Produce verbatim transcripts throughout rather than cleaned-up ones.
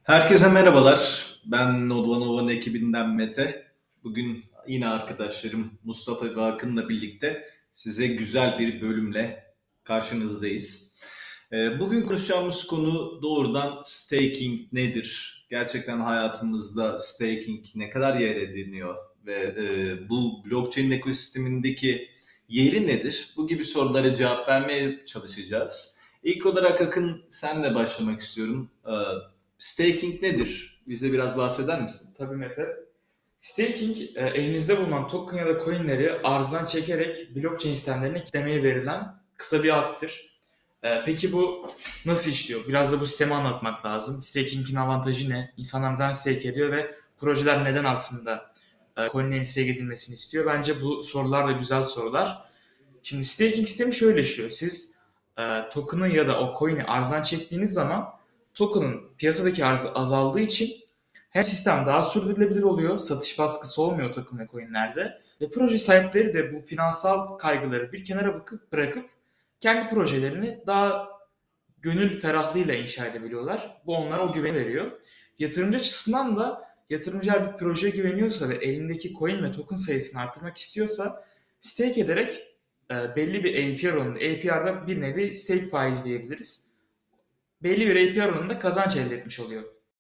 Herkese merhabalar. Ben Nodvanova'nın ekibinden Mete. Bugün yine arkadaşlarım Mustafa ve Akın'la birlikte size güzel bir bölümle karşınızdayız. Ee, Bugün konuşacağımız konu doğrudan staking nedir? Gerçekten hayatımızda staking ne kadar yer ediniyor ve e, bu blockchain ekosistemindeki yeri nedir? Bu gibi sorulara cevap vermeye çalışacağız. İlk olarak Akın senle başlamak istiyorum. Ee, Staking nedir? Bize biraz bahseder misin? Tabii Mete. Staking, e, elinizde bulunan token ya da coinleri arzdan çekerek blockchain sistemlerine kitlemeye verilen kısa bir addır. E, Peki bu nasıl işliyor? Biraz da bu sistemi anlatmak lazım. Staking'in avantajı ne? İnsanlar neden stake ediyor ve projeler neden aslında e, coinlerin stake edilmesini istiyor? Bence bu sorular da güzel sorular. Şimdi staking sistemi şöyle işliyor. Siz e, token'ı ya da o coin'i arzdan çektiğiniz zaman token'ın piyasadaki arzı azaldığı için hem sistem daha sürdürülebilir oluyor, satış baskısı olmuyor token ve coin'lerde ve proje sahipleri de bu finansal kaygıları bir kenara bakıp bırakıp kendi projelerini daha gönül ferahlığıyla inşa edebiliyorlar. Bu onlara o güveni veriyor. Yatırımcı açısından da yatırımcılar bir projeye güveniyorsa ve elindeki coin ve token sayısını arttırmak istiyorsa stake ederek e, belli bir A P R oranında, A P R'da bir nevi stake faiz diyebiliriz. Belli bir A P R oranında kazanç elde etmiş oluyor.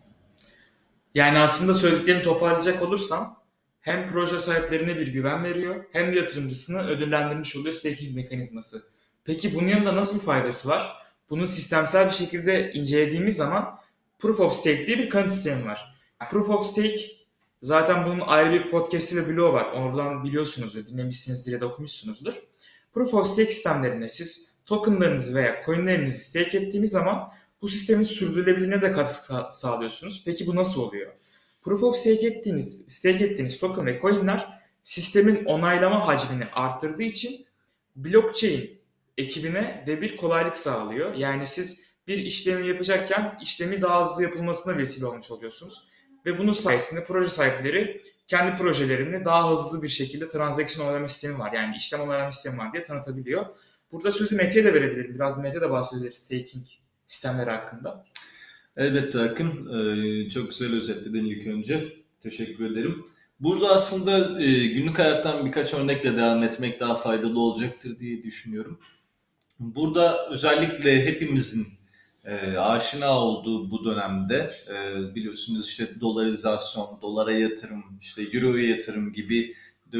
Yani aslında söylediklerini toparlayacak olursam hem proje sahiplerine bir güven veriyor hem de yatırımcısını ödüllendirmiş oluyor staking mekanizması. Peki bunun yanında nasıl bir faydası var? Bunu sistemsel bir şekilde incelediğimiz zaman Proof of Stake diye bir kanıt sistemi var. Proof of Stake zaten bunun ayrı bir podcast'i ve blogu var. Oradan biliyorsunuzdur, dinlemişsinizdir ya da okumuşsunuzdur. Proof of Stake sistemlerinde siz tokenlarınızı veya coinlerinizi stake ettiğiniz zaman bu sistemin sürdürülebilirliğine de katkı sağlıyorsunuz. Peki bu nasıl oluyor? Proof of stake ettiğiniz, stake ettiğiniz token ve coinler sistemin onaylama hacmini arttırdığı için blockchain ekibine de bir kolaylık sağlıyor. Yani siz bir işlemi yapacakken işlemi daha hızlı yapılmasına vesile olmuş oluyorsunuz. Ve bunun sayesinde proje sahipleri kendi projelerini daha hızlı bir şekilde transaction onaylama sistemi var. Yani işlem onaylama sistemi var diye tanıtabiliyor. Burada sözü Mete'ye de verebilirim. Biraz Mete de bahsedebilir staking sistemleri hakkında. Elbette Akın. Ee, çok güzel özetledin ilk önce. Teşekkür ederim. Burada aslında e, günlük hayattan birkaç örnekle devam etmek daha faydalı olacaktır diye düşünüyorum. Burada özellikle hepimizin e, aşina olduğu bu dönemde e, biliyorsunuz işte dolarizasyon, dolara yatırım, işte euroya yatırım gibi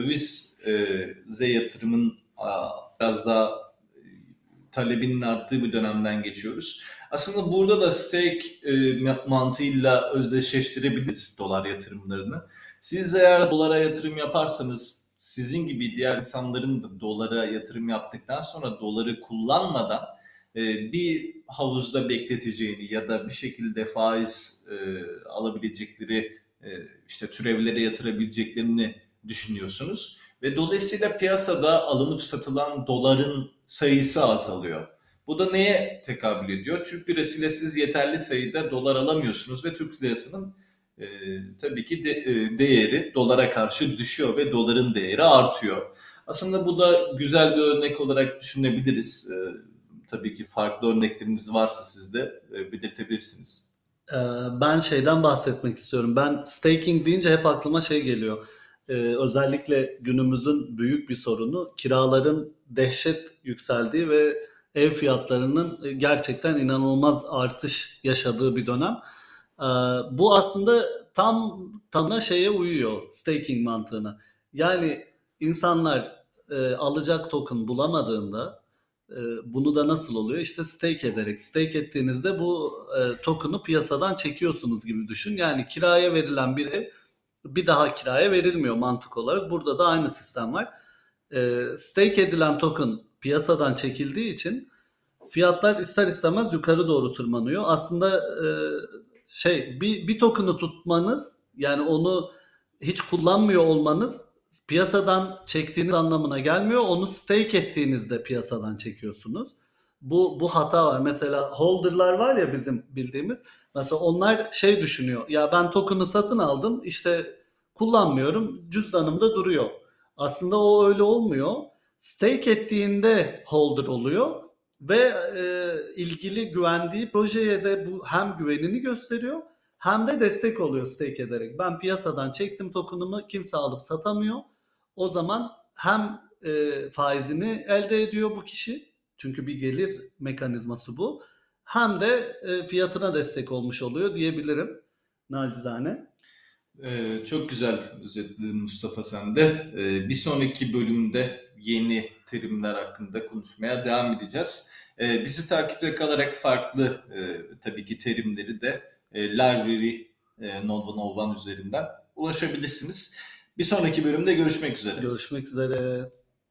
dövize yatırımın a, biraz daha e, talebinin arttığı bir dönemden geçiyoruz. Aslında burada da stake e, mantığıyla özdeşleştirebiliriz dolar yatırımlarını. Siz eğer dolara yatırım yaparsanız sizin gibi diğer insanların da dolara yatırım yaptıktan sonra doları kullanmadan e, bir havuzda bekleteceğini ya da bir şekilde faiz e, alabilecekleri e, işte türevlere yatırabileceklerini düşünüyorsunuz. Ve dolayısıyla piyasada alınıp satılan doların sayısı azalıyor. Bu da neye tekabül ediyor? Türk lirasıyla siz yeterli sayıda dolar alamıyorsunuz ve Türk lirasının e, tabii ki de, e, değeri dolara karşı düşüyor ve doların değeri artıyor. Aslında bu da güzel bir örnek olarak düşünebiliriz. E, tabii ki farklı örnekleriniz varsa siz de e, belirtebilirsiniz. Ee, Ben şeyden bahsetmek istiyorum. Ben staking deyince hep aklıma şey geliyor. Ee, özellikle günümüzün büyük bir sorunu kiraların dehşet yükseldiği ve ev fiyatlarının e, gerçekten inanılmaz artış yaşadığı bir dönem. Ee, Bu aslında tam tamına şeye uyuyor, staking mantığına. Yani insanlar e, alacak token bulamadığında e, bunu da nasıl oluyor? İşte stake ederek. Stake ettiğinizde bu e, token'ı piyasadan çekiyorsunuz gibi düşün. Yani kiraya verilen bir ev bir daha kiraya verilmiyor mantık olarak. Burada da aynı sistem var. E, stake edilen token piyasadan çekildiği için fiyatlar ister istemez yukarı doğru tırmanıyor. Aslında e, şey bir, bir token'ı tutmanız, yani onu hiç kullanmıyor olmanız piyasadan çektiğiniz anlamına gelmiyor. Onu stake ettiğinizde piyasadan çekiyorsunuz. Bu bu hata var. Mesela holder'lar var ya bizim bildiğimiz. Mesela onlar şey düşünüyor. Ya ben token'ı satın aldım, işte kullanmıyorum, cüzdanımda duruyor. Aslında o öyle olmuyor. Stake ettiğinde holder oluyor ve e, ilgili güvendiği projeye de bu hem güvenini gösteriyor hem de destek oluyor stake ederek. Ben piyasadan çektim token'ımı, kimse alıp satamıyor. O zaman hem e, faizini elde ediyor bu kişi, çünkü bir gelir mekanizması bu. Hem de e, fiyatına destek olmuş oluyor diyebilirim nacizane. Ee, çok güzel özetledin Mustafa sen de. Ee, bir sonraki bölümde yeni terimler hakkında konuşmaya devam edeceğiz. Ee, bizi takipte kalarak farklı e, tabii ki terimleri de e, library e, Node one oh one üzerinden ulaşabilirsiniz. Bir sonraki bölümde görüşmek üzere. Görüşmek üzere.